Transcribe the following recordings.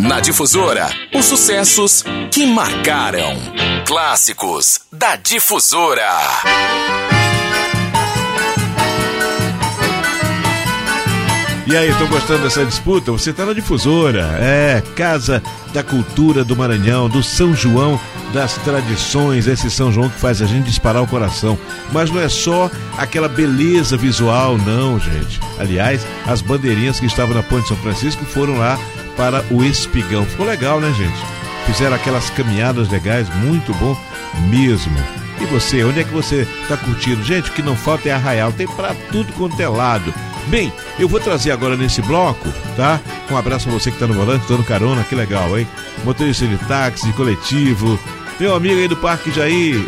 Na Difusora, os sucessos que marcaram. Clássicos da Difusora. E aí, estão gostando dessa disputa? Você está na Difusora, Casa da Cultura do Maranhão, do São João das Tradições, esse São João que faz a gente disparar o coração. Mas não é só aquela beleza visual, não, gente. Aliás, as bandeirinhas que estavam na Ponte São Francisco foram lá para o Espigão. Ficou legal, né, gente? Fizeram aquelas caminhadas legais, muito bom mesmo. E você, onde é que você está curtindo? Gente, o que não falta é arraial, tem pra tudo quanto é lado. Bem, eu vou trazer agora nesse bloco, tá? Um abraço pra você que tá no volante, dando carona, que legal, hein? Motorista de táxi, de coletivo, meu amigo aí do Parque Jair.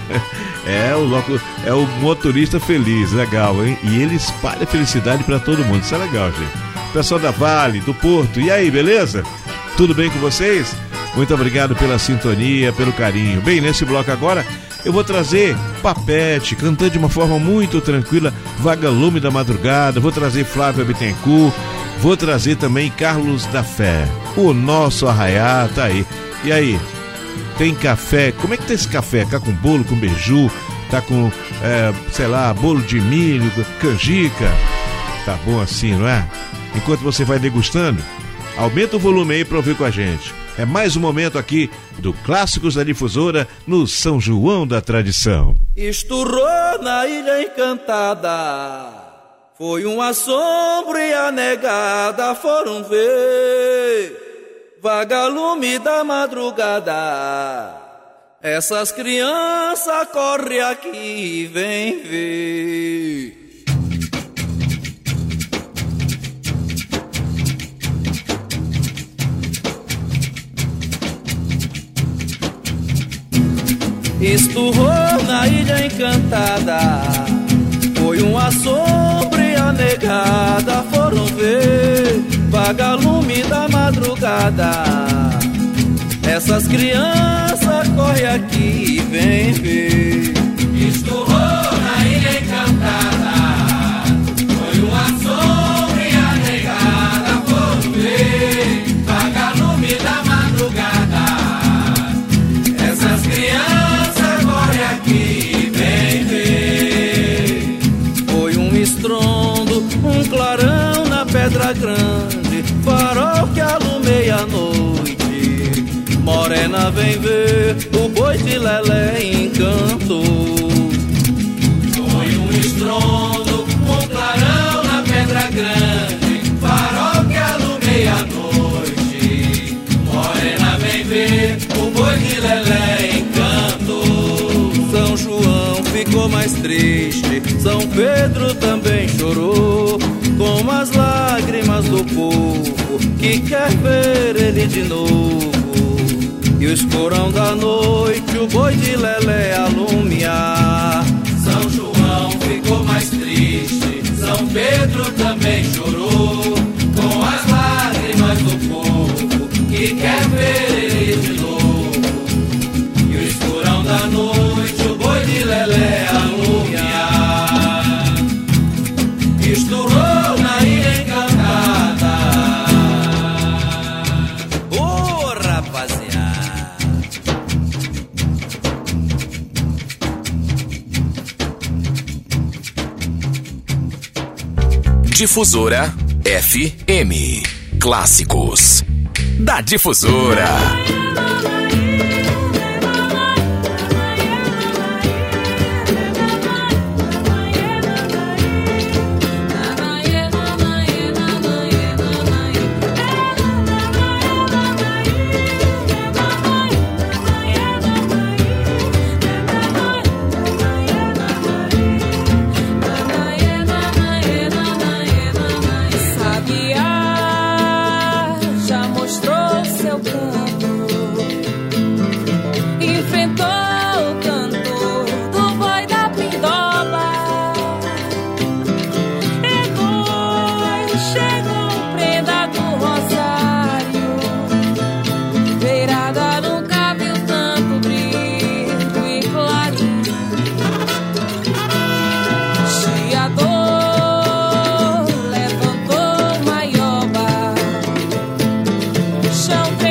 É o motorista feliz, legal, hein? E ele espalha felicidade pra todo mundo, isso é legal, gente. Pessoal da Vale, do Porto, e aí, beleza? Tudo bem com vocês? Muito obrigado pela sintonia, pelo carinho. Bem, nesse bloco agora eu vou trazer Papete, cantando de uma forma muito tranquila, Vagalume da Madrugada, vou trazer Flávia Bittencourt, vou trazer também Carlos da Fé, o nosso arraiá, tá aí. E aí, tem café? Como é que tá esse café? Tá com bolo, com beiju, tá com, bolo de milho, canjica? Tá bom assim, não é? Enquanto você vai degustando, aumenta o volume aí pra ouvir com a gente. É mais um momento aqui do Clássicos da Difusora no São João da Tradição. Esturrou na Ilha Encantada, foi um assombro e a negada foram ver Vagalume da Madrugada. Essas crianças correm aqui e vem ver. Esturrou na Ilha Encantada, foi um assombro e a negada foram ver Vagalume da Madrugada. Essas crianças correm aqui e vem ver. Esturrou na Ilha Encantada, foi um assombro e a negada foram ver Vagalume da Madrugada. Essas crianças correm aqui e vem ver. Foi um estrondo, um clarão na Pedra Grande, farol que alumeia a noite. Morena vem ver o boi de Lelé encanto. Foi um estrondo, um clarão na Pedra Grande, farol que alumeia a noite. Morena vem ver o boi de Lelé encanto. São João ficou mais triste, São Pedro também chorou, com as lágrimas do povo que quer ver ele de novo. E o escurão da noite o boi de Lelé alumiar. São João ficou mais triste, São Pedro também chorou, com as lágrimas do povo que quer ver ele de novo. E o escurão da noite o boi de Lelé alumiar. Esturrou na Ilha Encantada. Ô, rapaziada! Difusora FM. Clássicos da Difusora. Já mostrou seu chão.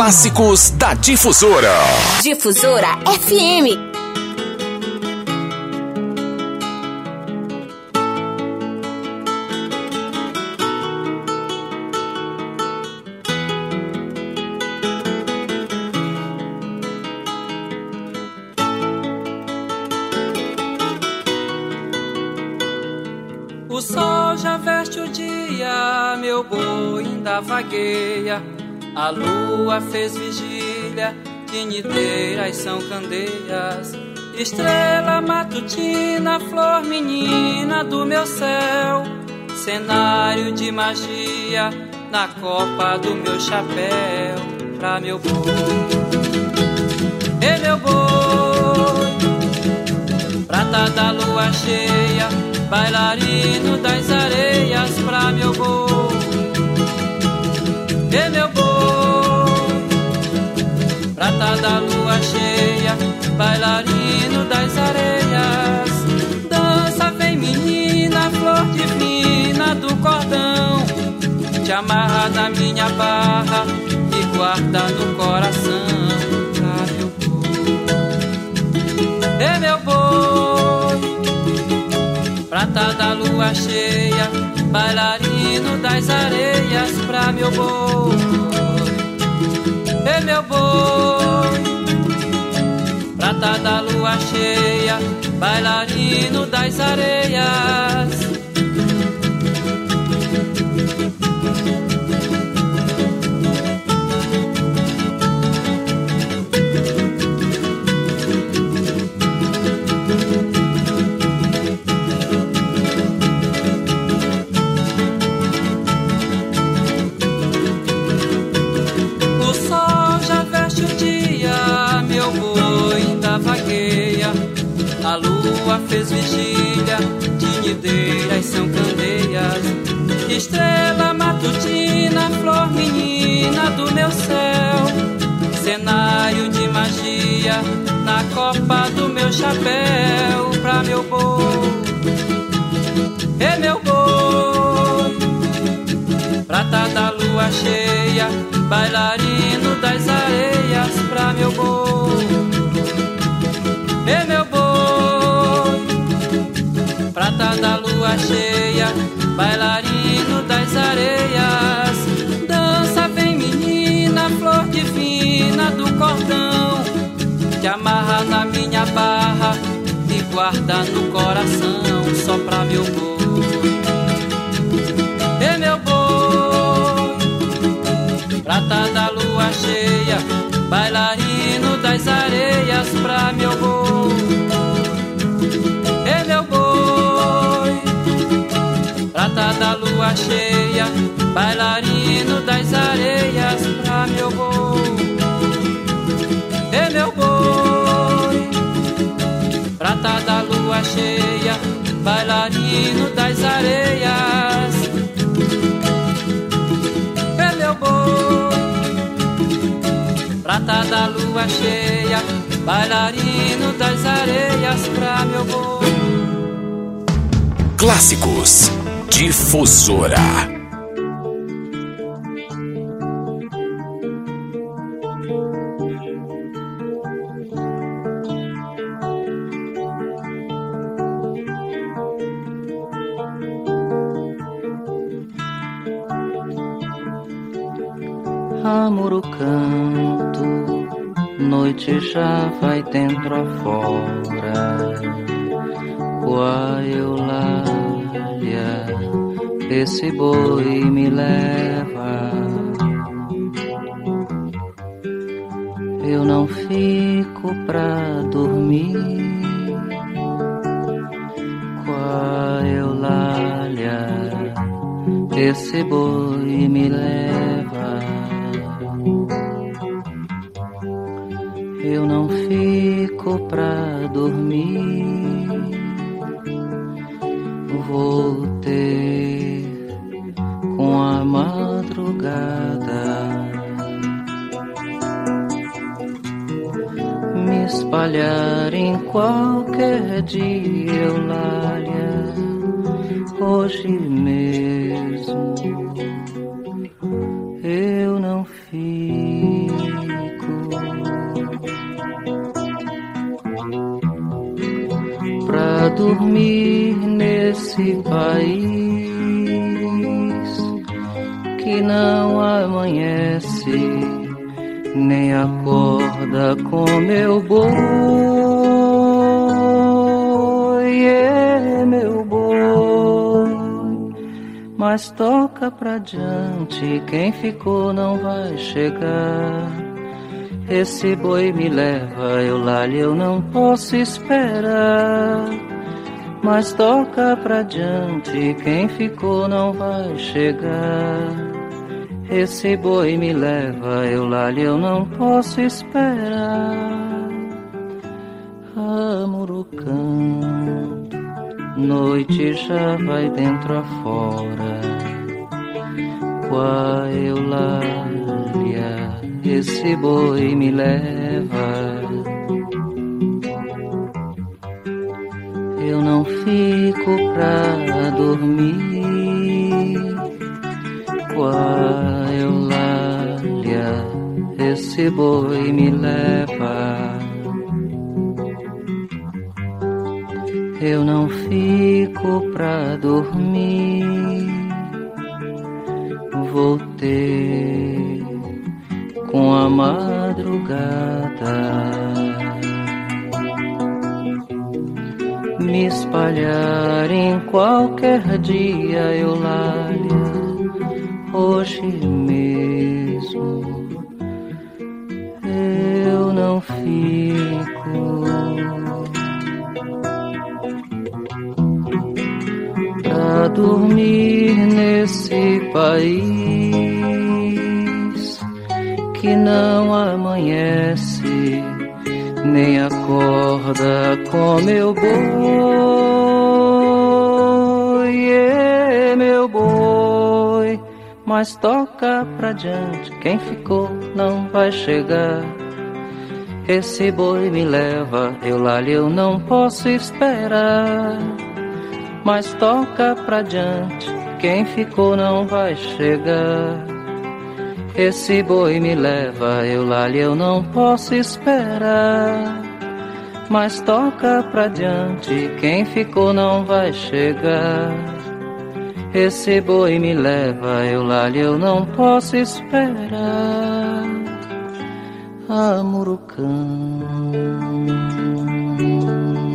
Clássicos da Difusora. Difusora FM. O sol já veste o dia, meu boi ainda vagueia. A lua fez vigília, tinideiras são candeias. Estrela matutina, flor menina do meu céu. Cenário de magia na copa do meu chapéu. Pra meu boi, meu boi, prata da lua cheia, bailarino das areias. Pra meu boi, meu boi, prata da lua cheia, bailarino das areias. Dança, vem menina, flor divina do cordão, te amarra na minha barra e guarda no coração. Pra meu boi, meu boi, prata da lua cheia, bailarino das areias. Pra meu boi, meu boi, prata da lua cheia, bailarino das areias. A lua fez vigília, tinideiras são candeias. Estrela matutina, flor menina do meu céu. Cenário de magia na copa do meu chapéu. Pra meu boi, meu boi, prata da lua cheia, bailarino das areias. Pra meu boi, meu boi, prata da lua cheia, bailarino das areias. Dança, vem menina, flor divina do cordão, te amarra na minha barra e guarda no coração. Só pra meu boi, meu boi, prata da lua cheia, bailarino das areias. Pra meu boi, meu boi, prata da lua cheia, bailarino das areias. Pra meu boi, meu boi, prata da lua cheia, bailarino das areias. Meu boi, prata da lua cheia, bailarino das areias. Pra meu boi. Clássicos Difusora. Amor, o canto, noite já vai dentro afora. Uai, Eulália, esse boi me leva. Eu não fico pra dormir. Uai, Eulália, esse boi me leva. Eu não fico pra dormir. Vou ter com a madrugada me espalhar em qualquer dia, Eulália, hoje mesmo eu não fico. dormir nesse país que não amanhece, nem acorda com meu boi, meu boi. Mas toca pra diante, quem ficou não vai chegar. Esse boi me leva, eu lá eu não posso esperar. Mas toca pra diante, quem ficou não vai chegar. Esse boi me leva, eu lá eu não posso esperar. Amurucando, noite já vai dentro afora. Qua Eulália, esse boi me leva. Eu não fico pra dormir. Qua Eulália, esse boi me leva. Eu não fico pra dormir. Voltei com a madrugada, me espalhar em qualquer dia, Eulália, hoje mesmo eu não fico pra dormir nesse país que não amanhece, nem acorda com meu boi, meu boi. Mas toca pra diante, quem ficou não vai chegar. Esse boi me leva, eu lá eu não posso esperar. Mas toca pra diante, quem ficou não vai chegar. Esse boi me leva, eu lá eu não posso esperar. Mas toca pra diante, quem ficou não vai chegar. Esse boi me leva, eu lá eu não posso esperar. Amurucã.